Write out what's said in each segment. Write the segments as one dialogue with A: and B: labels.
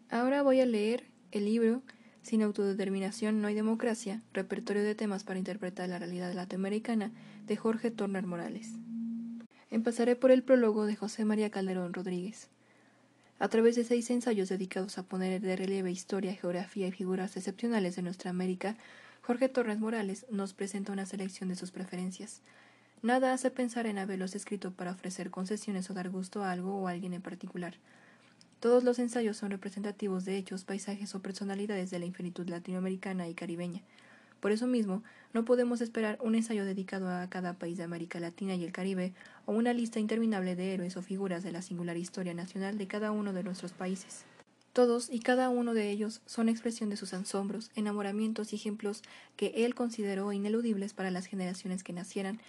A: Ahora voy a leer el libro Sin autodeterminación no hay democracia, repertorio de temas para interpretar la realidad latinoamericana, de Jorge Torner Morales. Empezaré por el prólogo de José María Calderón Rodríguez. A través de 6 ensayos dedicados a poner de relieve historia, geografía y figuras excepcionales de nuestra América, Jorge Torres Morales nos presenta una selección de sus preferencias. Nada hace pensar en haberlos escrito para ofrecer concesiones o dar gusto a algo o a alguien en particular. Todos los ensayos son representativos de hechos, paisajes o personalidades de la infinitud latinoamericana y caribeña. Por eso mismo, no podemos esperar un ensayo dedicado a cada país de América Latina y el Caribe o una lista interminable de héroes o figuras de la singular historia nacional de cada uno de nuestros países. Todos y cada uno de ellos son expresión de sus asombros, enamoramientos y ejemplos que él consideró ineludibles para las generaciones que nacieran,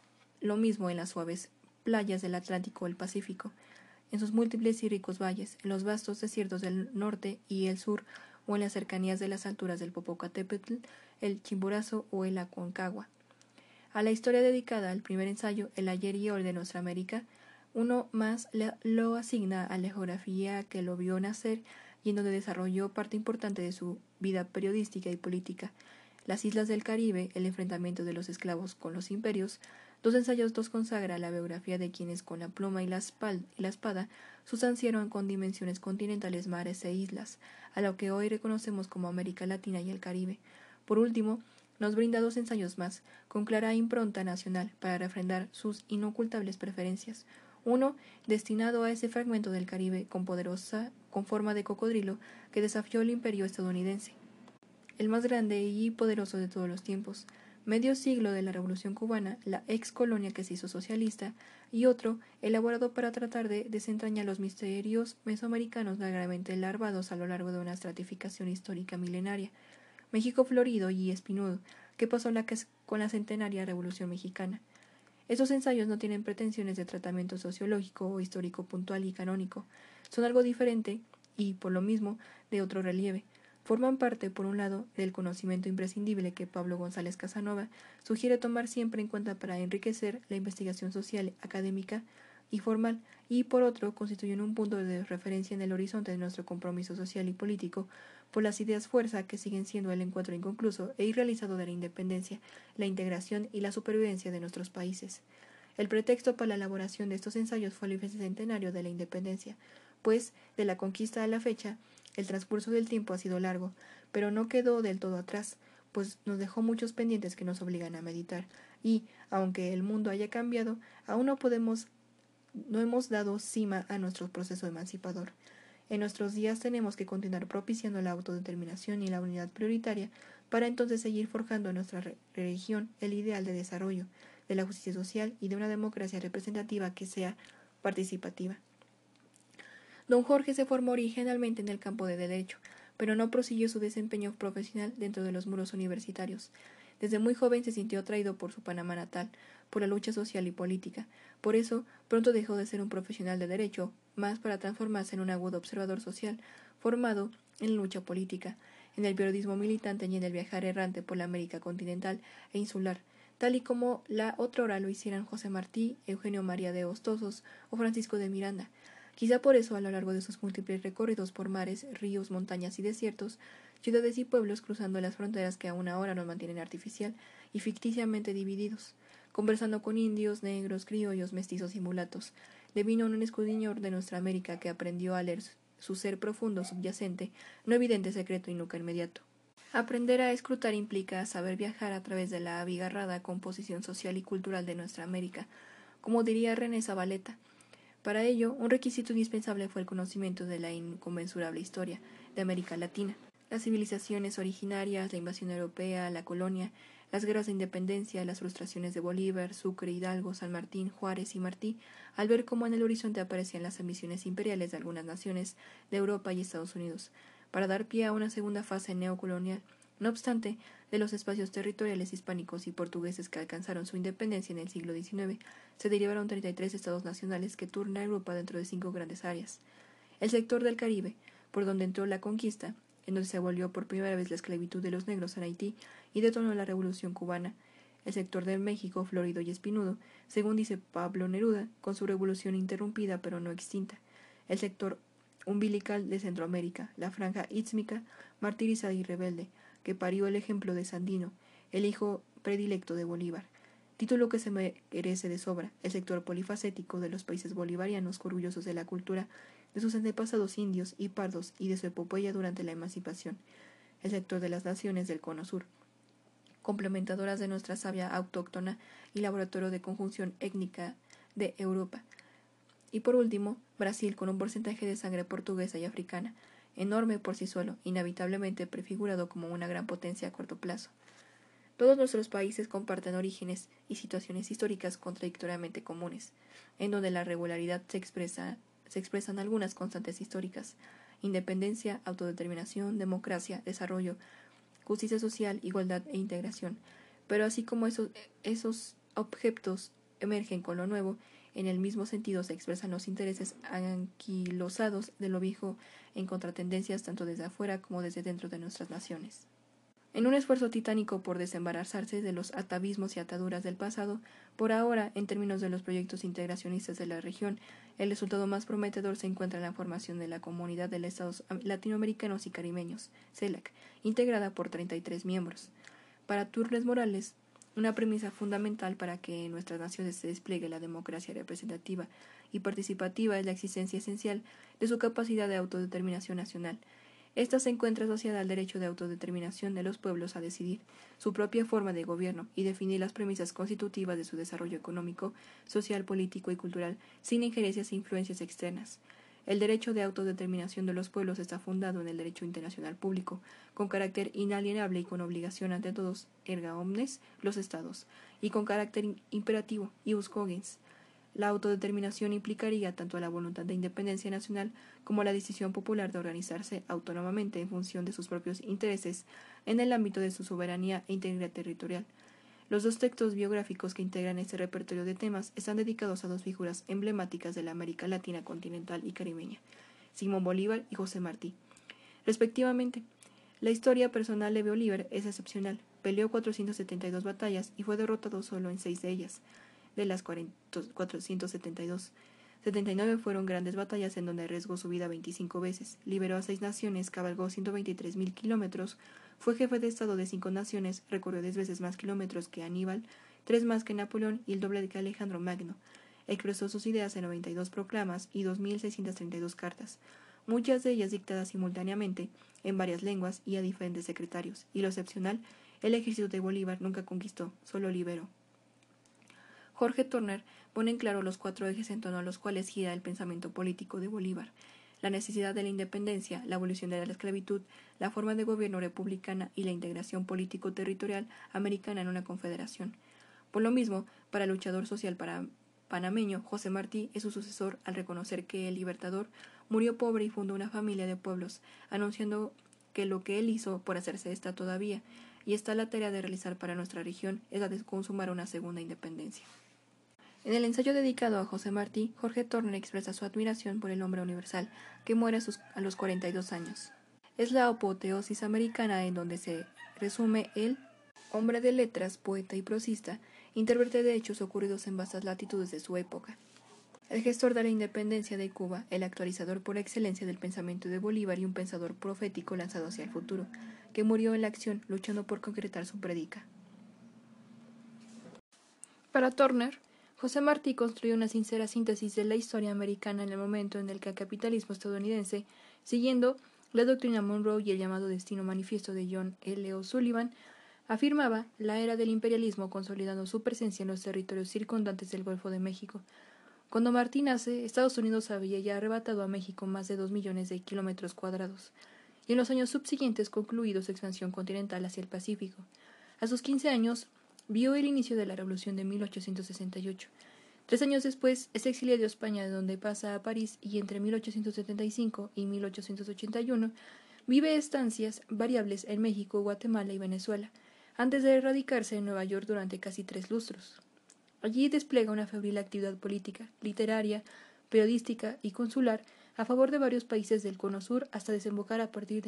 A: lo mismo en las suaves playas del Atlántico o el Pacífico, en sus múltiples y ricos valles, en los vastos desiertos del norte y el sur, o en las cercanías de las alturas del Popocatépetl, el Chimborazo o el Aconcagua. A la historia dedicada al primer ensayo, el ayer y hoy de nuestra América, uno más lo asigna a la geografía que lo vio nacer y en donde desarrolló parte importante de su vida periodística y política. Las islas del Caribe, el enfrentamiento de los esclavos con los imperios. Dos ensayos los consagra la biografía de quienes con la pluma y la espada sustanciaron con dimensiones continentales mares e islas, a lo que hoy reconocemos como América Latina y el Caribe. Por último, nos brinda 2 ensayos más, con clara impronta nacional, para refrendar sus inocultables preferencias. Uno, destinado a ese fragmento del Caribe con forma de cocodrilo que desafió el imperio estadounidense, el más grande y poderoso de todos los tiempos, medio siglo de la Revolución Cubana, la ex colonia que se hizo socialista, y otro, elaborado para tratar de desentrañar los misterios mesoamericanos largamente larvados a lo largo de una estratificación histórica milenaria. México florido y espinudo, ¿qué pasó con la centenaria Revolución Mexicana? Estos ensayos no tienen pretensiones de tratamiento sociológico o histórico puntual y canónico. Son algo diferente y, por lo mismo, de otro relieve. Forman parte, por un lado, del conocimiento imprescindible que Pablo González Casanova sugiere tomar siempre en cuenta para enriquecer la investigación social, académica y formal, y por otro, constituyen un punto de referencia en el horizonte de nuestro compromiso social y político por las ideas fuerza que siguen siendo el encuentro inconcluso e irrealizado de la independencia, la integración y la supervivencia de nuestros países. El pretexto para la elaboración de estos ensayos fue el bicentenario de la independencia, pues, de la conquista a la fecha, el transcurso del tiempo ha sido largo, pero no quedó del todo atrás, pues nos dejó muchos pendientes que nos obligan a meditar, y, aunque el mundo haya cambiado, aún no hemos dado cima a nuestro proceso emancipador. En nuestros días tenemos que continuar propiciando la autodeterminación y la unidad prioritaria para entonces seguir forjando en nuestra región el ideal de desarrollo, de la justicia social y de una democracia representativa que sea participativa. Don Jorge se formó originalmente en el campo de Derecho, pero no prosiguió su desempeño profesional dentro de los muros universitarios. Desde muy joven se sintió atraído por su Panamá natal, por la lucha social y política. Por eso, pronto dejó de ser un profesional de Derecho, más para transformarse en un agudo observador social, formado en la lucha política, en el periodismo militante y en el viajar errante por la América continental e insular, tal y como la otrora lo hicieran José Martí, Eugenio María de Hostozos o Francisco de Miranda. Quizá por eso, a lo largo de sus múltiples recorridos por mares, ríos, montañas y desiertos, ciudades y pueblos cruzando las fronteras que aún ahora nos mantienen artificial y ficticiamente divididos, conversando con indios, negros, criollos, mestizos y mulatos, devino un escudriñador de nuestra América que aprendió a leer su ser profundo, subyacente, no evidente, secreto y nunca inmediato. Aprender a escrutar implica saber viajar a través de la abigarrada composición social y cultural de nuestra América, como diría René Zabaleta. Para ello, un requisito indispensable fue el conocimiento de la inconmensurable historia de América Latina, las civilizaciones originarias, la invasión europea, la colonia, las guerras de independencia, las frustraciones de Bolívar, Sucre, Hidalgo, San Martín, Juárez y Martí, al ver cómo en el horizonte aparecían las ambiciones imperiales de algunas naciones de Europa y Estados Unidos, para dar pie a una segunda fase neocolonial. No obstante, de los espacios territoriales hispánicos y portugueses que alcanzaron su independencia en el siglo XIX, se derivaron 33 estados nacionales que turnan a Europa dentro de 5 grandes áreas. El sector del Caribe, por donde entró la conquista, en donde se abolió por primera vez la esclavitud de los negros en Haití y detonó la Revolución cubana. El sector de México, florido y espinudo, según dice Pablo Neruda, con su revolución interrumpida pero no extinta. El sector umbilical de Centroamérica, la franja ístmica, martirizada y rebelde, que parió el ejemplo de Sandino, el hijo predilecto de Bolívar. Título que se merece de sobra el sector polifacético de los países bolivarianos, orgullosos de la cultura de sus antepasados indios y pardos y de su epopeya durante la emancipación, el sector de las naciones del Cono Sur, complementadoras de nuestra savia autóctona y laboratorio de conjunción étnica de Europa. Y por último, Brasil, con un porcentaje de sangre portuguesa y africana, enorme por sí solo, inevitablemente prefigurado como una gran potencia a corto plazo. Todos nuestros países comparten orígenes y situaciones históricas contradictoriamente comunes, en donde la regularidad se expresan algunas constantes históricas: independencia, autodeterminación, democracia, desarrollo, justicia social, igualdad e integración. Pero así como esos objetos emergen con lo nuevo, en el mismo sentido se expresan los intereses anquilosados de lo viejo en contratendencias tanto desde afuera como desde dentro de nuestras naciones. En un esfuerzo titánico por desembarazarse de los atavismos y ataduras del pasado, por ahora, en términos de los proyectos integracionistas de la región, el resultado más prometedor se encuentra en la formación de la Comunidad de Estados Latinoamericanos y Caribeños, CELAC, integrada por 33 miembros. Para Turnes Morales, una premisa fundamental para que en nuestras naciones se despliegue la democracia representativa y participativa es la existencia esencial de su capacidad de autodeterminación nacional. Esta se encuentra asociada al derecho de autodeterminación de los pueblos a decidir su propia forma de gobierno y definir las premisas constitutivas de su desarrollo económico, social, político y cultural sin injerencias e influencias externas. El derecho de autodeterminación de los pueblos está fundado en el derecho internacional público, con carácter inalienable y con obligación ante todos, erga omnes, los estados, y con carácter imperativo, ius cogens. La autodeterminación implicaría tanto la voluntad de independencia nacional como la decisión popular de organizarse autónomamente en función de sus propios intereses en el ámbito de su soberanía e integridad territorial. Los dos textos biográficos que integran este repertorio de temas están dedicados a dos figuras emblemáticas de la América Latina continental y caribeña, Simón Bolívar y José Martí, respectivamente. La historia personal de Bolívar es excepcional. Peleó 472 batallas y fue derrotado solo en 6 de ellas, de las 472. 79 fueron grandes batallas en donde arriesgó su vida 25 veces, liberó a 6 naciones, cabalgó 123.000 kilómetros, fue jefe de Estado de 5 naciones, recorrió 10 veces más kilómetros que Aníbal, 3 más que Napoleón y el doble que Alejandro Magno. Expresó sus ideas en 92 proclamas y 2.632 cartas, muchas de ellas dictadas simultáneamente en varias lenguas y a diferentes secretarios, y lo excepcional, el ejército de Bolívar nunca conquistó, solo liberó. Jorge Turner pone en claro los 4 ejes en torno a los cuales gira el pensamiento político de Bolívar: la necesidad de la independencia, la abolición de la esclavitud, la forma de gobierno republicana y la integración político-territorial americana en una confederación. Por lo mismo, para el luchador social panameño, José Martí es su sucesor al reconocer que el libertador murió pobre y fundó una familia de pueblos, anunciando que lo que él hizo por hacerse está todavía, y está la tarea de realizar para nuestra región es la de consumar una segunda independencia. En el ensayo dedicado a José Martí, Jorge Turner expresa su admiración por el hombre universal, que muere a los 42 años. Es la apoteosis americana en donde se resume el hombre de letras, poeta y prosista, intérprete de hechos ocurridos en vastas latitudes de su época. El gestor de la independencia de Cuba, el actualizador por excelencia del pensamiento de Bolívar y un pensador profético lanzado hacia el futuro, que murió en la acción luchando por concretar su prédica. Para Turner, José Martí construyó una sincera síntesis de la historia americana en el momento en el que el capitalismo estadounidense, siguiendo la doctrina Monroe y el llamado destino manifiesto de John L. O'Sullivan, afirmaba la era del imperialismo consolidando su presencia en los territorios circundantes del Golfo de México. Cuando Martí nace, Estados Unidos había ya arrebatado a México más de 2 millones de kilómetros cuadrados, y en los años subsiguientes concluido su expansión continental hacia el Pacífico. A sus 15 años, vio el inicio de la Revolución de 1868. 3 años después, es exiliado de España, de donde pasa a París, y entre 1875 y 1881 vive estancias variables en México, Guatemala y Venezuela, antes de radicarse en Nueva York durante casi 3 lustros. Allí despliega una febril actividad política, literaria, periodística y consular a favor de varios países del Cono Sur hasta desembocar a partir de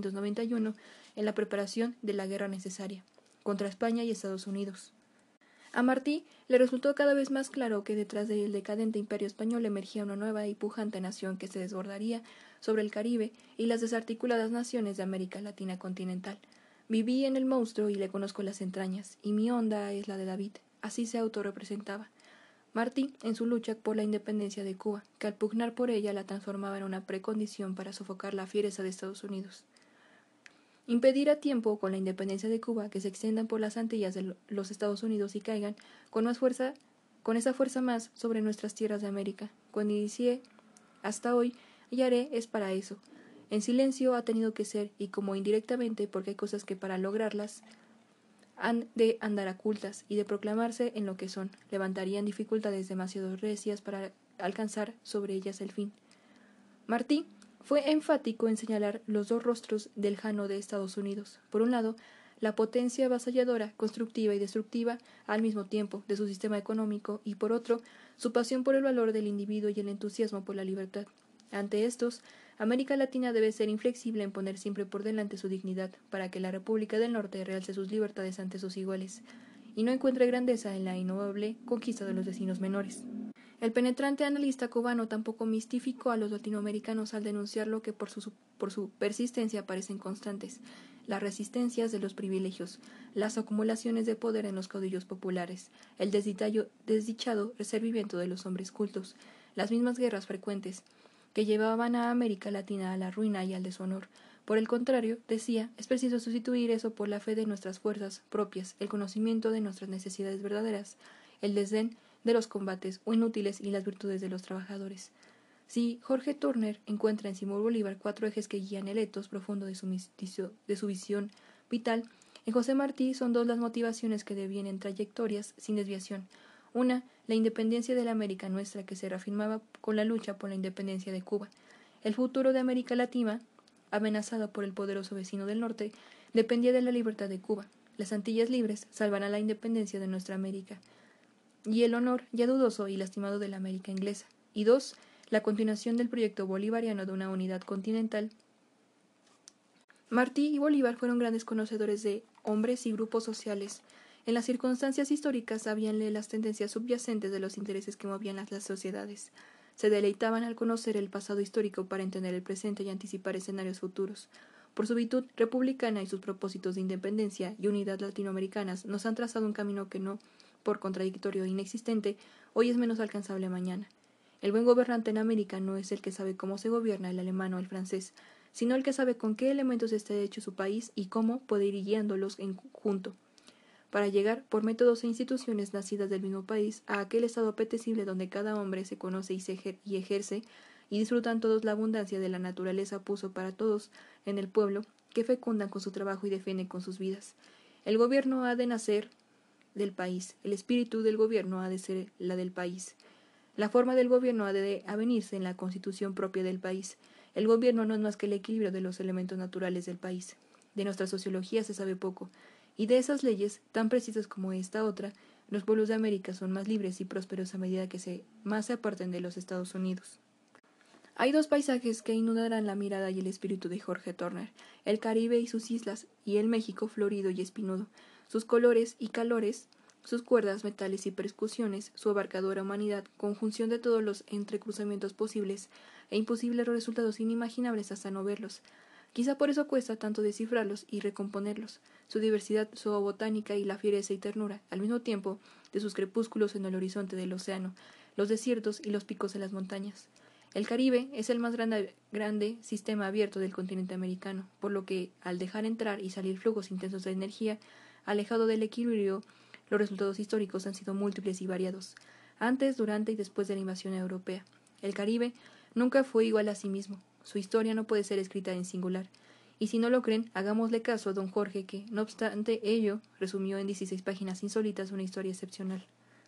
A: 1891 en la preparación de la guerra necesaria contra España y Estados Unidos. A Martí le resultó cada vez más claro que detrás del decadente imperio español emergía una nueva y pujante nación que se desbordaría sobre el Caribe y las desarticuladas naciones de América Latina continental. Viví en el monstruo y le conozco las entrañas, y mi onda es la de David. Así se autorrepresentaba. Martí, en su lucha por la independencia de Cuba, que al pugnar por ella la transformaba en una precondición para sofocar la fiereza de Estados Unidos. Impedir a tiempo, con la independencia de Cuba, que se extiendan por las Antillas de los Estados Unidos y caigan con esa fuerza más sobre nuestras tierras de América. Cuando inicié hasta hoy, y haré es para eso. En silencio ha tenido que ser, y como indirectamente, porque hay cosas que para lograrlas han de andar ocultas y de proclamarse en lo que son, levantarían dificultades demasiado recias para alcanzar sobre ellas el fin. Martí fue enfático en señalar los dos rostros del Jano de Estados Unidos. Por un lado, la potencia avasalladora, constructiva y destructiva al mismo tiempo de su sistema económico, y por otro, su pasión por el valor del individuo y el entusiasmo por la libertad. Ante estos, América Latina debe ser inflexible en poner siempre por delante su dignidad, para que la República del Norte realce sus libertades ante sus iguales, y no encuentre grandeza en la innovable conquista de los vecinos menores. El penetrante analista cubano tampoco mistificó a los latinoamericanos al denunciar lo que por su persistencia parecen constantes: las resistencias de los privilegios, las acumulaciones de poder en los caudillos populares, el desdichado reservamiento de los hombres cultos, las mismas guerras frecuentes que llevaban a América Latina a la ruina y al deshonor. Por el contrario, decía, es preciso sustituir eso por la fe de nuestras fuerzas propias, el conocimiento de nuestras necesidades verdaderas, el desdén de los combates inútiles y las virtudes de los trabajadores. Si Jorge Turner encuentra en Simón Bolívar 4 ejes que guían el etos profundo de su visión vital, en José Martí son 2 las motivaciones que devienen trayectorias sin desviación. Una, la independencia de la América nuestra, que se reafirmaba con la lucha por la independencia de Cuba. El futuro de América Latina, amenazada por el poderoso vecino del norte, dependía de la libertad de Cuba. Las Antillas libres salvarán la independencia de nuestra América y el honor ya dudoso y lastimado de la América inglesa. Y 2, la continuación del proyecto bolivariano de una unidad continental. Martí y Bolívar fueron grandes conocedores de hombres y grupos sociales. En las circunstancias históricas sabíanle las tendencias subyacentes de los intereses que movían las sociedades. Se deleitaban al conocer el pasado histórico para entender el presente y anticipar escenarios futuros. Por su virtud republicana y sus propósitos de independencia y unidad latinoamericanas, nos han trazado un camino que no, por contradictorio e inexistente, hoy es menos alcanzable mañana. El buen gobernante en América no es el que sabe cómo se gobierna el alemán o el francés, sino el que sabe con qué elementos está hecho su país y cómo puede ir guiándolos en conjunto, para llegar, por métodos e instituciones nacidas del mismo país, a aquel estado apetecible donde cada hombre se conoce y ejerce, y disfrutan todos la abundancia de la naturaleza puso para todos en el pueblo, que fecundan con su trabajo y defienden con sus vidas. El gobierno ha de nacer del país, el espíritu del gobierno ha de ser la del país. La forma del gobierno ha de avenirse en la constitución propia del país. El gobierno no es más que el equilibrio de los elementos naturales del país. De nuestra sociología se sabe poco, y de esas leyes, tan precisas como esta otra, los pueblos de América son más libres y prósperos a medida que más se aparten de los Estados Unidos. Hay 2 paisajes que inundarán la mirada y el espíritu de Jorge Turner: el Caribe y sus islas, y el México florido y espinudo, sus colores y calores, sus cuerdas, metales y percusiones, su abarcadora humanidad, conjunción de todos los entrecruzamientos posibles e imposibles resultados inimaginables hasta no verlos. Quizá por eso cuesta tanto descifrarlos y recomponerlos, su diversidad zoobotánica y la fiereza y ternura, al mismo tiempo, de sus crepúsculos en el horizonte del océano, los desiertos y los picos en las montañas. El Caribe es el más grande sistema abierto del continente americano, por lo que, al dejar entrar y salir flujos intensos de energía, alejado del equilibrio, los resultados históricos han sido múltiples y variados, antes, durante y después de la invasión europea. El Caribe nunca fue igual a sí mismo. Su historia no puede ser escrita en singular. Y si no lo creen, hagámosle caso a don Jorge que, no obstante ello, resumió en 16 páginas insólitas una historia excepcional.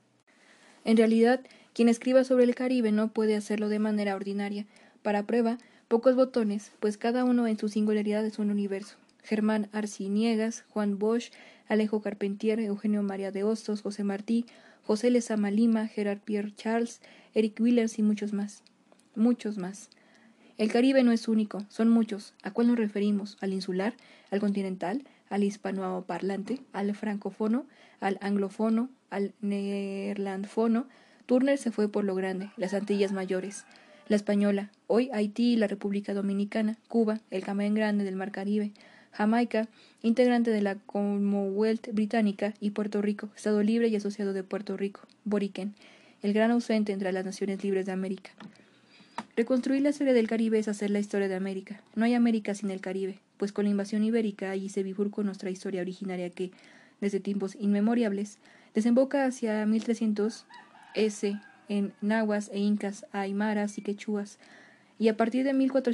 A: En realidad, quien escriba sobre el Caribe no puede hacerlo de manera ordinaria. Para prueba, pocos botones, pues cada uno en su singularidad es un universo. Germán Arciniegas, Juan Bosch, Alejo Carpentier, Eugenio María de Hostos, José Martí, José Lezama Lima, Gerard Pierre Charles, Eric Willers y muchos más. Muchos más. El Caribe no es único, son muchos. ¿A cuál nos referimos? ¿Al insular? ¿Al continental? ¿Al hispanoparlante? ¿Al francófono? ¿Al anglófono? al neerlandofono, Turner se fue por lo grande, las Antillas Mayores, la Española, hoy Haití y la República Dominicana, Cuba, el Cayman Grande del Mar Caribe, Jamaica, integrante de la Commonwealth Británica, y Puerto Rico, Estado libre y asociado de Puerto Rico, Boriken, el gran ausente entre las naciones libres de América. Reconstruir la historia del Caribe es hacer la historia de América. No hay América sin el Caribe, pues con la invasión ibérica allí se bifurcó nuestra historia originaria que, desde tiempos inmemorables, desemboca hacia 1300 S en nahuas e incas, aymaras y quechuas, y a partir de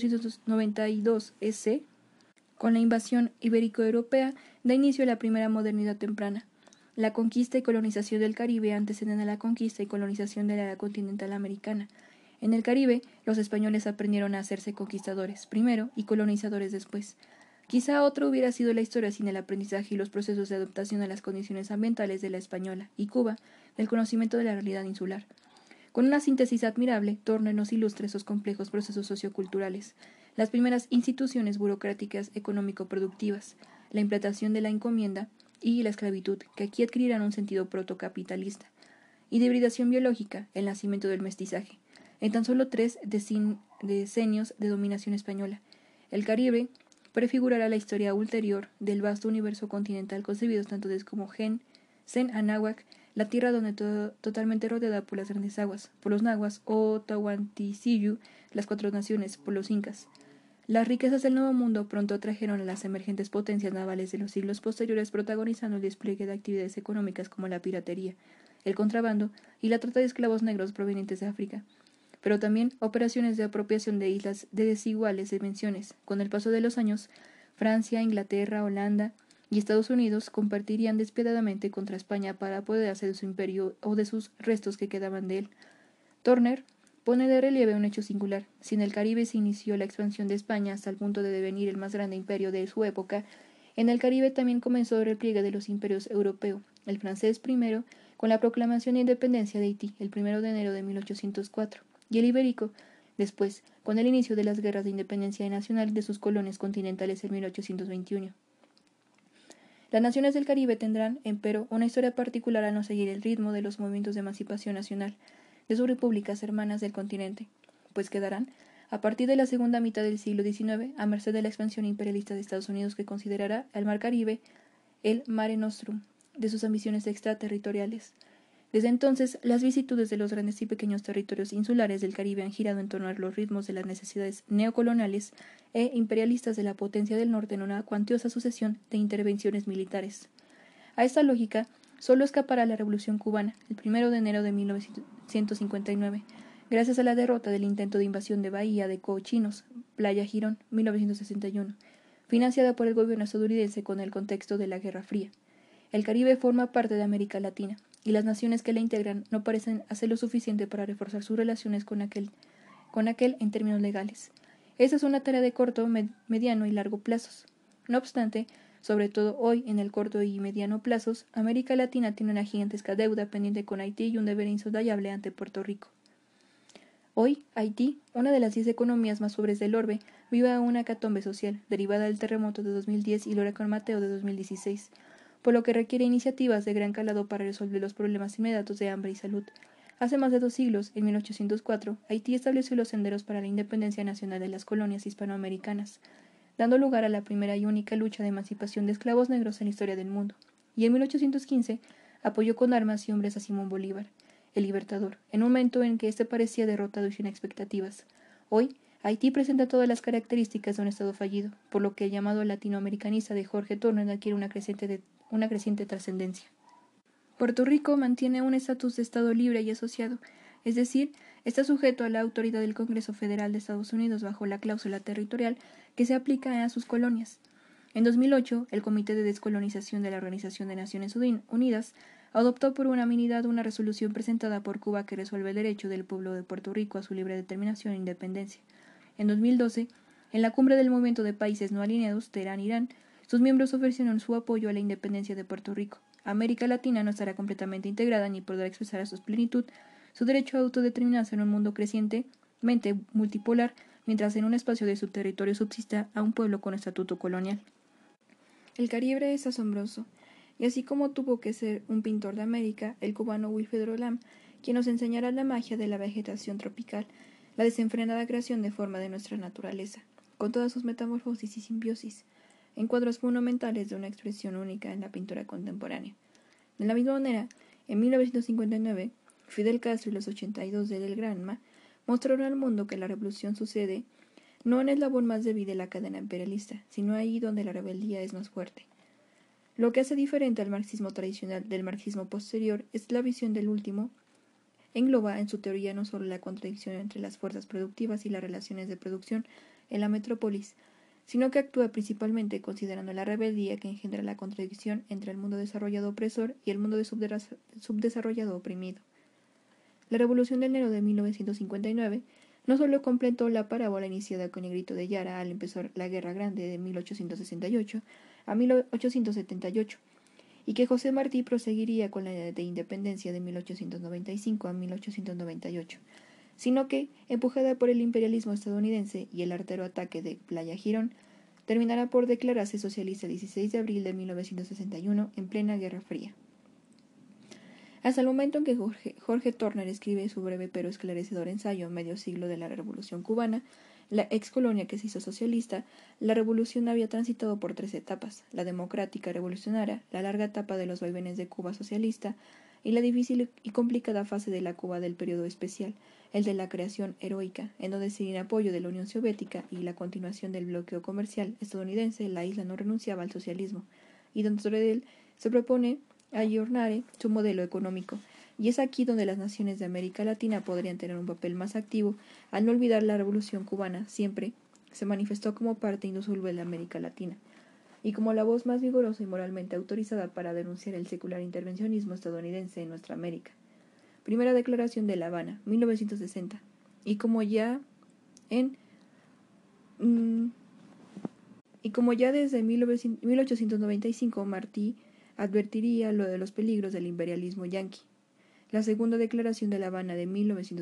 A: 1492 S, con la invasión ibérico-europea, da inicio a la primera modernidad temprana. La conquista y colonización del Caribe anteceden a la conquista y colonización de la era continental americana. En el Caribe, los españoles aprendieron a hacerse conquistadores primero y colonizadores después. Quizá otra hubiera sido la historia sin el aprendizaje y los procesos de adaptación a las condiciones ambientales de la española y Cuba, del conocimiento de la realidad insular. Con una síntesis admirable, Turner nos ilustra esos complejos procesos socioculturales, las primeras instituciones burocráticas económico-productivas, la implantación de la encomienda y la esclavitud, que aquí adquirirán un sentido protocapitalista, y de hibridación biológica, el nacimiento del mestizaje, en tan solo 3 decenios de dominación española. El Caribe prefigurará la historia ulterior del vasto universo continental concebido tanto desde como Sen Anáhuac, la tierra donde totalmente rodeada por las grandes aguas, por los nahuas, o Tahuantinsuyo, las 4 naciones, por los incas. Las riquezas del Nuevo Mundo pronto atrajeron a las emergentes potencias navales de los siglos posteriores, protagonizando el despliegue de actividades económicas como la piratería, el contrabando y la trata de esclavos negros provenientes de África, pero también operaciones de apropiación de islas de desiguales dimensiones. Con el paso de los años, Francia, Inglaterra, Holanda y Estados Unidos compartirían despiadadamente contra España para apoderarse de su imperio o de sus restos que quedaban de él. Turner pone de relieve un hecho singular. Si en el Caribe se inició la expansión de España hasta el punto de devenir el más grande imperio de su época, en el Caribe también comenzó el repliegue de los imperios europeo, el francés primero, con la proclamación de independencia de Haití el 1 de enero de 1804, y el ibérico, después, con el inicio de las guerras de independencia nacional de sus colonias continentales en 1821. Las naciones del Caribe tendrán, empero, una historia particular al no seguir el ritmo de los movimientos de emancipación nacional de sus repúblicas hermanas del continente, pues quedarán, a partir de la segunda mitad del siglo XIX, a merced de la expansión imperialista de Estados Unidos, que considerará al Mar Caribe el Mare Nostrum de sus ambiciones extraterritoriales. Desde entonces, las vicisitudes de los grandes y pequeños territorios insulares del Caribe han girado en torno a los ritmos de las necesidades neocoloniales e imperialistas de la potencia del norte en una cuantiosa sucesión de intervenciones militares. A esta lógica solo escapará la Revolución cubana, el 1 de enero de 1959, gracias a la derrota del intento de invasión de Bahía de Cochinos, Playa Girón, 1961, financiada por el gobierno estadounidense con el contexto de la Guerra Fría. El Caribe forma parte de América Latina, y las naciones que la integran no parecen hacer lo suficiente para reforzar sus relaciones con aquel en términos legales. Esa es una tarea de corto, mediano y largo plazos. No obstante, sobre todo hoy, en el corto y mediano plazos, América Latina tiene una gigantesca deuda pendiente con Haití y un deber insoslayable ante Puerto Rico. Hoy, Haití, una de las 10 economías más pobres del orbe, vive una hecatombe social, derivada del terremoto de 2010 y el huracán Mateo de 2016, por lo que requiere iniciativas de gran calado para resolver los problemas inmediatos de hambre y salud. Hace más de 2 siglos, en 1804, Haití estableció los senderos para la independencia nacional de las colonias hispanoamericanas, dando lugar a la primera y única lucha de emancipación de esclavos negros en la historia del mundo, y en 1815 apoyó con armas y hombres a Simón Bolívar, el libertador, en un momento en que éste parecía derrotado y sin expectativas. Hoy, Haití presenta todas las características de un estado fallido, por lo que el llamado latinoamericanista de Jorge Turner adquiere una creciente trascendencia. Puerto Rico mantiene un estatus de Estado libre y asociado, es decir, está sujeto a la autoridad del Congreso Federal de Estados Unidos bajo la cláusula territorial que se aplica a sus colonias. En 2008, el Comité de Descolonización de la Organización de Naciones Unidas adoptó por unanimidad una resolución presentada por Cuba que resuelve el derecho del pueblo de Puerto Rico a su libre determinación e independencia. En 2012, en la cumbre del Movimiento de Países No Alineados, Teherán, Irán, sus miembros ofrecieron su apoyo a la independencia de Puerto Rico. América Latina no estará completamente integrada ni podrá expresar a su plenitud su derecho a autodeterminarse en un mundo crecientemente multipolar, mientras en un espacio de su territorio subsista a un pueblo con estatuto colonial. El Caribe es asombroso. y así como tuvo que ser un pintor de América, el cubano Wilfredo Rolam, quien nos enseñará la magia de la vegetación tropical, la desenfrenada creación de forma de nuestra naturaleza, con todas sus metamorfosis y simbiosis, en cuadros monumentales de una expresión única en la pintura contemporánea. De la misma manera, en 1959, Fidel Castro y los 82 del Granma mostraron al mundo que la revolución sucede no en el eslabón más débil de la cadena imperialista, sino ahí donde la rebeldía es más fuerte. Lo que hace diferente al marxismo tradicional del marxismo posterior es la visión del último. Engloba en su teoría no solo la contradicción entre las fuerzas productivas y las relaciones de producción en la metrópolis, sino que actúa principalmente considerando la rebeldía que engendra la contradicción entre el mundo desarrollado opresor y el mundo subdesarrollado oprimido. La Revolución de enero de 1959 no solo completó la parábola iniciada con el Grito de Yara al empezar la Guerra Grande de 1868 a 1878, y que José Martí proseguiría con la de independencia de 1895 a 1898, sino que, empujada por el imperialismo estadounidense y el artero ataque de Playa Girón, terminará por declararse socialista el 16 de abril de 1961 en plena Guerra Fría. Hasta el momento en que Jorge Turner escribe su breve pero esclarecedor ensayo Medio siglo de la Revolución Cubana, la ex colonia que se hizo socialista, la revolución había transitado por 3 etapas: la democrática revolucionaria, la larga etapa de los vaivenes de Cuba socialista y la difícil y complicada fase de la Cuba del periodo especial, el de la creación heroica, en donde sin apoyo de la Unión Soviética y la continuación del bloqueo comercial estadounidense, la isla no renunciaba al socialismo, y dentro de él se propone ayornar su modelo económico, y es aquí donde las naciones de América Latina podrían tener un papel más activo, al no olvidar la Revolución Cubana siempre se manifestó como parte indisoluble de América Latina, y como la voz más vigorosa y moralmente autorizada para denunciar el secular intervencionismo estadounidense en nuestra América. Primera Declaración de La Habana, 1960, y como ya desde 1895 Martí advertiría lo de los peligros del imperialismo yanqui. La Segunda Declaración de La Habana de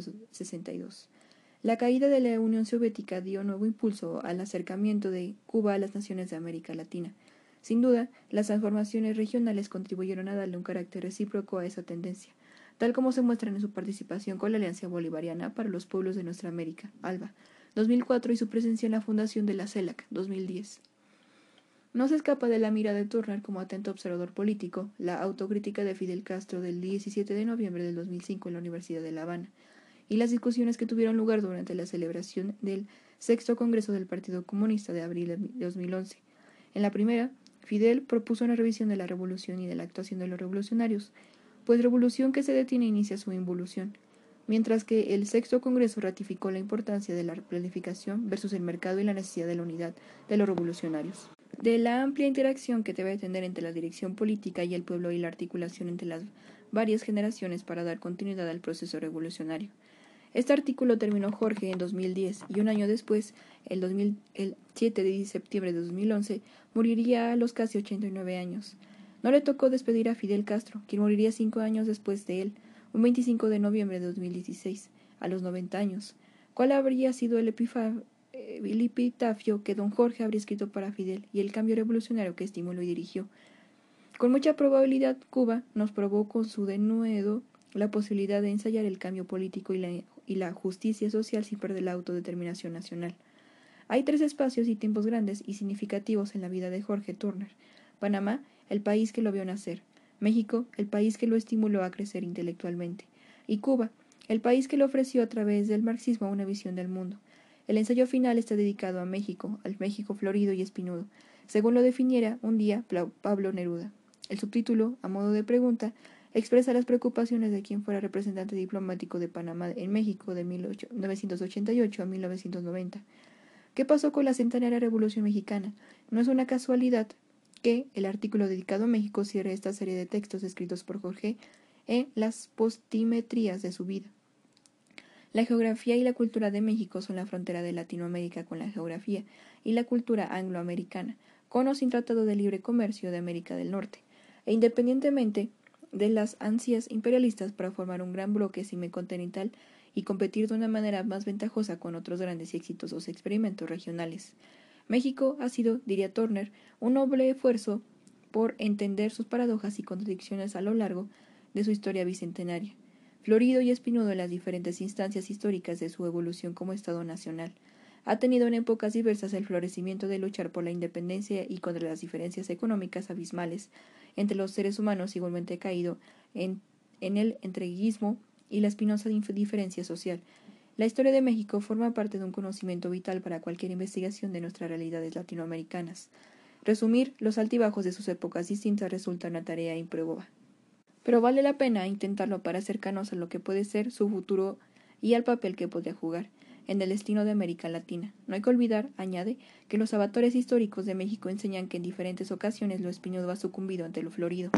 A: 1962. La caída de la Unión Soviética dio nuevo impulso al acercamiento de Cuba a las naciones de América Latina. Sin duda, las transformaciones regionales contribuyeron a darle un carácter recíproco a esa tendencia, tal como se muestran en su participación con la Alianza Bolivariana para los Pueblos de Nuestra América, ALBA, 2004, y su presencia en la fundación de la CELAC, 2010. No se escapa de la mira de Turner como atento observador político la autocrítica de Fidel Castro del 17 de noviembre del 2005 en la Universidad de La Habana, y las discusiones que tuvieron lugar durante la celebración del Sexto Congreso del Partido Comunista de abril de 2011. En la primera, Fidel propuso una revisión de la revolución y de la actuación de los revolucionarios, pues revolución que se detiene inicia su involución, mientras que el Sexto Congreso ratificó la importancia de la planificación versus el mercado y la necesidad de la unidad de los revolucionarios, de la amplia interacción que debe tener entre la dirección política y el pueblo y la articulación entre las varias generaciones para dar continuidad al proceso revolucionario. Este artículo terminó Jorge en 2010 y un año después, el 7 de septiembre de 2011, moriría a los casi 89 años. No le tocó despedir a Fidel Castro, quien moriría 5 años después de él, un 25 de noviembre de 2016, a los 90 años. ¿Cuál habría sido el epitafio que don Jorge habría escrito para Fidel y el cambio revolucionario que estimuló y dirigió? Con mucha probabilidad, Cuba nos probó con su denuedo la posibilidad de ensayar el cambio político y la justicia social sin perder la autodeterminación nacional. Hay 3 espacios y tiempos grandes y significativos en la vida de Jorge Turner. Panamá, el país que lo vio nacer; México, el país que lo estimuló a crecer intelectualmente; y Cuba, el país que le ofreció a través del marxismo una visión del mundo. El ensayo final está dedicado a México, al México florido y espinudo, según lo definiera un día Pablo Neruda. El subtítulo, a modo de pregunta, expresa las preocupaciones de quien fuera representante diplomático de Panamá en México de 1988 a 1990. ¿Qué pasó con la centenaria Revolución Mexicana? No es una casualidad que el artículo dedicado a México cierre esta serie de textos escritos por Jorge en las postimetrías de su vida. La geografía y la cultura de México son la frontera de Latinoamérica con la geografía y la cultura angloamericana, con o sin tratado de libre comercio de América del Norte, e independientemente de las ansias imperialistas para formar un gran bloque semicontinental y competir de una manera más ventajosa con otros grandes y exitosos experimentos regionales. México ha sido, diría Turner, un noble esfuerzo por entender sus paradojas y contradicciones a lo largo de su historia bicentenaria, florido y espinudo en las diferentes instancias históricas de su evolución como Estado nacional. Ha tenido en épocas diversas el florecimiento de luchar por la independencia y contra las diferencias económicas abismales entre los seres humanos, igualmente caído en el entreguismo y la espinosa diferencia social. La historia de México forma parte de un conocimiento vital para cualquier investigación de nuestras realidades latinoamericanas. Resumir los altibajos de sus épocas distintas resulta una tarea improba. Pero vale la pena intentarlo para acercarnos a lo que puede ser su futuro y al papel que podría jugar en el destino de América Latina. No hay que olvidar, añade, que los avatares históricos de México enseñan que en diferentes ocasiones lo espinoso ha sucumbido ante lo florido,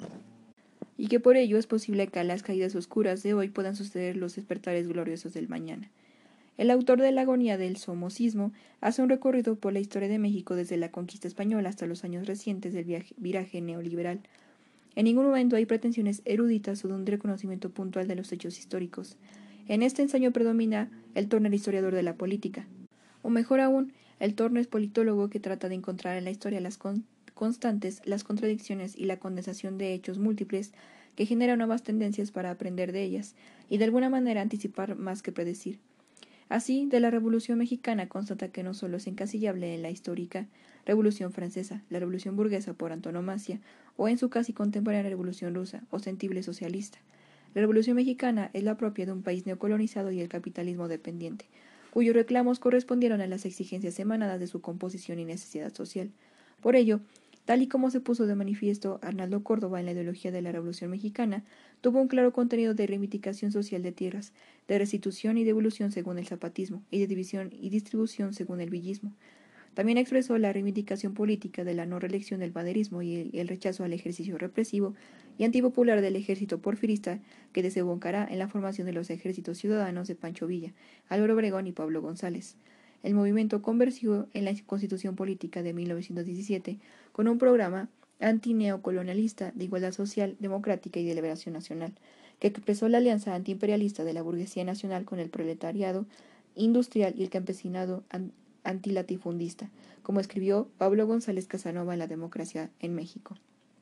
A: y que por ello es posible que a las caídas oscuras de hoy puedan suceder los despertares gloriosos del mañana. El autor de la agonía del somocismo hace un recorrido por la historia de México desde la conquista española hasta los años recientes del viraje neoliberal. En ningún momento hay pretensiones eruditas o de un reconocimiento puntual de los hechos históricos. En este ensayo predomina el Turner historiador de la política. O mejor aún, el Turner es politólogo que trata de encontrar en la historia las constantes, las contradicciones y la condensación de hechos múltiples que generan nuevas tendencias para aprender de ellas y de alguna manera anticipar más que predecir. Así, de la Revolución Mexicana constata que no solo es encasillable en la histórica Revolución Francesa, la Revolución Burguesa por antonomasia, o en su casi contemporánea Revolución Rusa, ostensible socialista. La Revolución Mexicana es la propia de un país neocolonizado y el capitalismo dependiente, cuyos reclamos correspondieron a las exigencias emanadas de su composición y necesidad social. Por ello, tal y como se puso de manifiesto Arnaldo Córdoba en la ideología de la Revolución Mexicana, tuvo un claro contenido de reivindicación social de tierras, de restitución y devolución según el zapatismo, y de división y distribución según el villismo. También expresó la reivindicación política de la no reelección del maderismo y el rechazo al ejercicio represivo y antipopular del ejército porfirista que desembocará en la formación de los ejércitos ciudadanos de Pancho Villa, Álvaro Obregón y Pablo González. El movimiento convergió en la Constitución Política de 1917 con un programa antineocolonialista de igualdad social, democrática y de liberación nacional, que expresó la alianza antiimperialista de la burguesía nacional con el proletariado industrial y el campesinado antilatifundista, como escribió Pablo González Casanova en La democracia en México.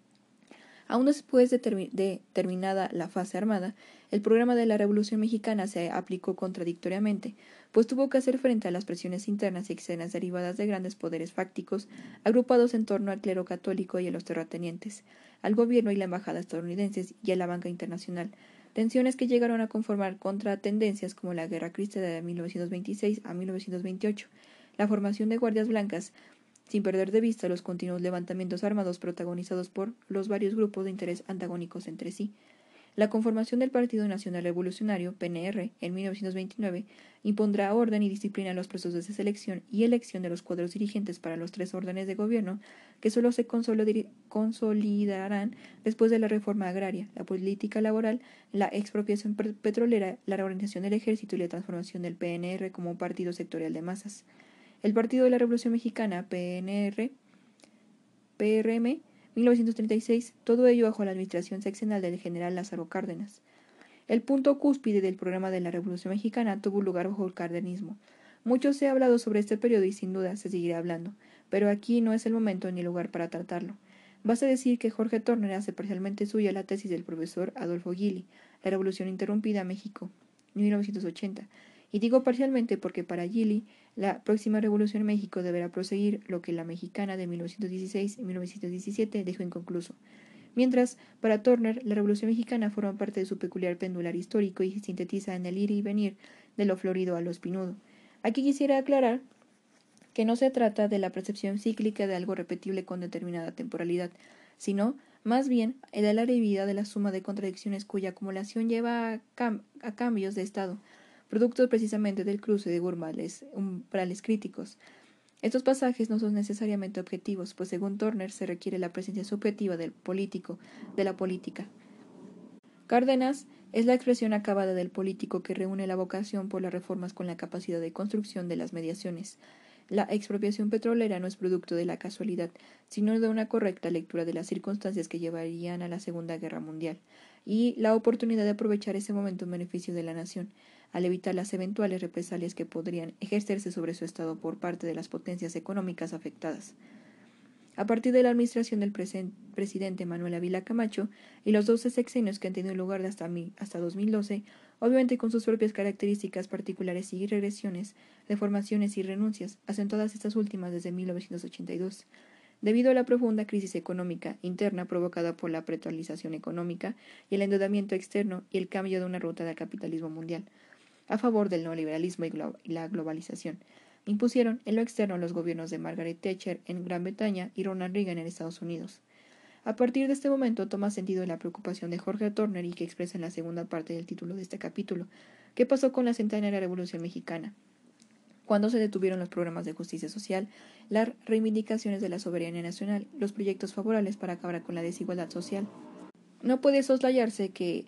A: Aún después de terminada la fase armada, el programa de la Revolución Mexicana se aplicó contradictoriamente, pues tuvo que hacer frente a las presiones internas y externas derivadas de grandes poderes fácticos agrupados en torno al clero católico y a los terratenientes, al gobierno y la embajada estadounidenses y a la banca internacional, tensiones que llegaron a conformar contratendencias como la Guerra Cristera de 1926 a 1928, la formación de guardias blancas, sin perder de vista los continuos levantamientos armados protagonizados por los varios grupos de interés antagónicos entre sí. La conformación del Partido Nacional Revolucionario, PNR, en 1929, impondrá orden y disciplina en los procesos de selección y elección de los cuadros dirigentes para los 3 órdenes de gobierno, que solo se consolidarán después de la reforma agraria, la política laboral, la expropiación petrolera, la reorganización del ejército y la transformación del PNR como un partido sectorial de masas. El Partido de la Revolución Mexicana, PRM, 1936, todo ello bajo la administración sexenal del general Lázaro Cárdenas. El punto cúspide del programa de la Revolución Mexicana tuvo lugar bajo el cardenismo. Mucho se ha hablado sobre este periodo y sin duda se seguirá hablando, pero aquí no es el momento ni el lugar para tratarlo. Basta decir que Jorge Turner hace parcialmente suya la tesis del profesor Adolfo Gili, La Revolución Interrumpida, México, 1980, y digo parcialmente porque para Gili la próxima revolución en México deberá proseguir lo que la mexicana de 1916 y 1917 dejó inconcluso. Mientras, para Turner, la Revolución Mexicana forma parte de su peculiar pendular histórico y se sintetiza en el ir y venir de lo florido a lo espinudo. Aquí quisiera aclarar que no se trata de la percepción cíclica de algo repetible con determinada temporalidad, sino, más bien, de la vida de la suma de contradicciones cuya acumulación lleva a cambios de estado, producto precisamente del cruce de umbrales críticos. Estos pasajes no son necesariamente objetivos, pues según Turner se requiere la presencia subjetiva del político, de la política. Cárdenas es la expresión acabada del político que reúne la vocación por las reformas con la capacidad de construcción de las mediaciones. La expropiación petrolera no es producto de la casualidad, sino de una correcta lectura de las circunstancias que llevarían a la Segunda Guerra Mundial, y la oportunidad de aprovechar ese momento en beneficio de la nación, al evitar las eventuales represalias que podrían ejercerse sobre su Estado por parte de las potencias económicas afectadas. A partir de la administración del presidente Manuel Ávila Camacho y los 12 sexenios que han tenido lugar hasta 2012, obviamente con sus propias características particulares y regresiones, deformaciones y renuncias, acentuadas estas últimas desde 1982. Debido a la profunda crisis económica interna provocada por la pretorización económica y el endeudamiento externo y el cambio de una ruta del capitalismo mundial, a favor del neoliberalismo y la globalización, impusieron en lo externo los gobiernos de Margaret Thatcher en Gran Bretaña y Ronald Reagan en Estados Unidos. A partir de este momento toma sentido la preocupación de Jorge Turner y que expresa en la segunda parte del título de este capítulo. ¿Qué pasó con la centenaria Revolución Mexicana? Cuando se detuvieron los programas de justicia social, las reivindicaciones de la soberanía nacional, los proyectos favorables para acabar con la desigualdad social. No puede soslayarse que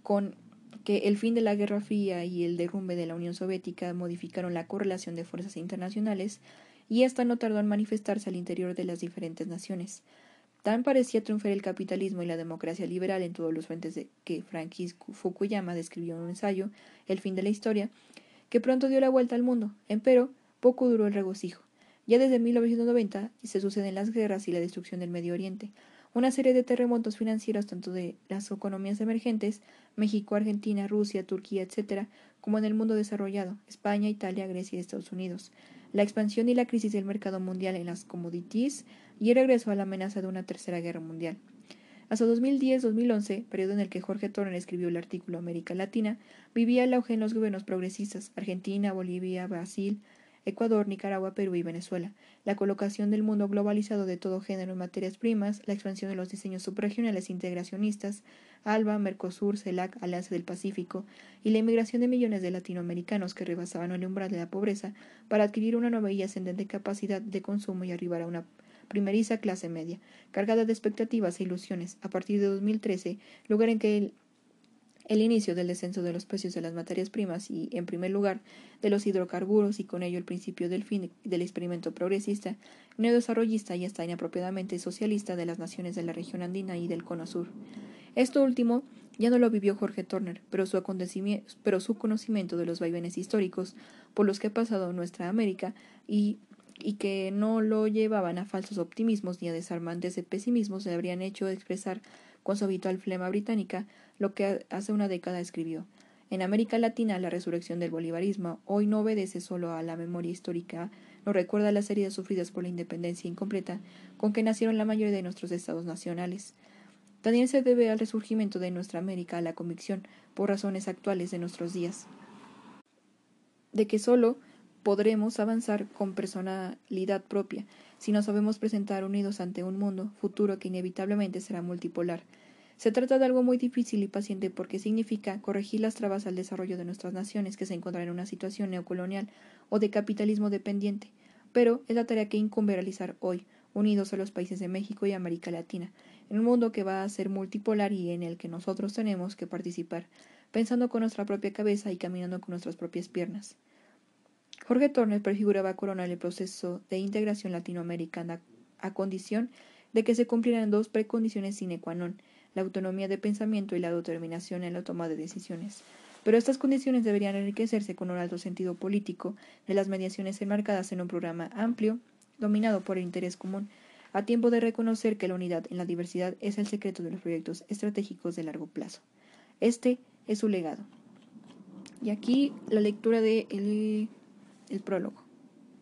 A: el fin de la Guerra Fría y el derrumbe de la Unión Soviética modificaron la correlación de fuerzas internacionales y esta no tardó en manifestarse al interior de las diferentes naciones. Tan parecía triunfar el capitalismo y la democracia liberal en todos los frentes que Francis Fukuyama describió en un ensayo, El fin de la historia, que pronto dio la vuelta al mundo. Empero, poco duró el regocijo. Ya desde 1990 se suceden las guerras y la destrucción del Medio Oriente, una serie de terremotos financieros tanto de las economías emergentes, México, Argentina, Rusia, Turquía, etc., como en el mundo desarrollado, España, Italia, Grecia y Estados Unidos, la expansión y la crisis del mercado mundial en las commodities y el regreso a la amenaza de una tercera guerra mundial. Hasta 2010-2011, periodo en el que Jorge Turner escribió el artículo América Latina, vivía el auge en los gobiernos progresistas, Argentina, Bolivia, Brasil, Ecuador, Nicaragua, Perú y Venezuela, la colocación del mundo globalizado de todo género en materias primas, la expansión de los diseños subregionales integracionistas, ALBA, Mercosur, CELAC, Alianza del Pacífico, y la inmigración de millones de latinoamericanos que rebasaban el umbral de la pobreza para adquirir una nueva y ascendente capacidad de consumo y arribar a una primeriza clase media, cargada de expectativas e ilusiones, a partir de 2013, lugar en que el inicio del descenso de los precios de las materias primas y, en primer lugar, de los hidrocarburos y con ello el principio del fin del experimento progresista, neodesarrollista y hasta inapropiadamente socialista de las naciones de la región andina y del Cono Sur. Esto último ya no lo vivió Jorge Turner, pero su conocimiento de los vaivenes históricos por los que ha pasado nuestra América y que no lo llevaban a falsos optimismos ni a desarmantes pesimismos le habrían hecho expresar con su habitual flema británica lo que hace una década escribió. En América Latina, la resurrección del bolivarismo hoy no obedece solo a la memoria histórica, nos recuerda las heridas sufridas por la independencia incompleta con que nacieron la mayoría de nuestros estados nacionales. También se debe al resurgimiento de nuestra América a la convicción, por razones actuales de nuestros días, de que solo podremos avanzar con personalidad propia si nos sabemos presentar unidos ante un mundo futuro que inevitablemente será multipolar. Se trata de algo muy difícil y paciente porque significa corregir las trabas al desarrollo de nuestras naciones que se encuentran en una situación neocolonial o de capitalismo dependiente, pero es la tarea que incumbe realizar hoy, unidos a los países de México y América Latina, en un mundo que va a ser multipolar y en el que nosotros tenemos que participar, pensando con nuestra propia cabeza y caminando con nuestras propias piernas. Jorge Turner prefiguraba coronar el proceso de integración latinoamericana a condición de que se cumplieran dos precondiciones sine qua non, la autonomía de pensamiento y la determinación en la toma de decisiones. Pero estas condiciones deberían enriquecerse con un alto sentido político de las mediaciones enmarcadas en un programa amplio, dominado por el interés común, a tiempo de reconocer que la unidad en la diversidad es el secreto de los proyectos estratégicos de largo plazo. Este es su legado. Y aquí la lectura de el prólogo.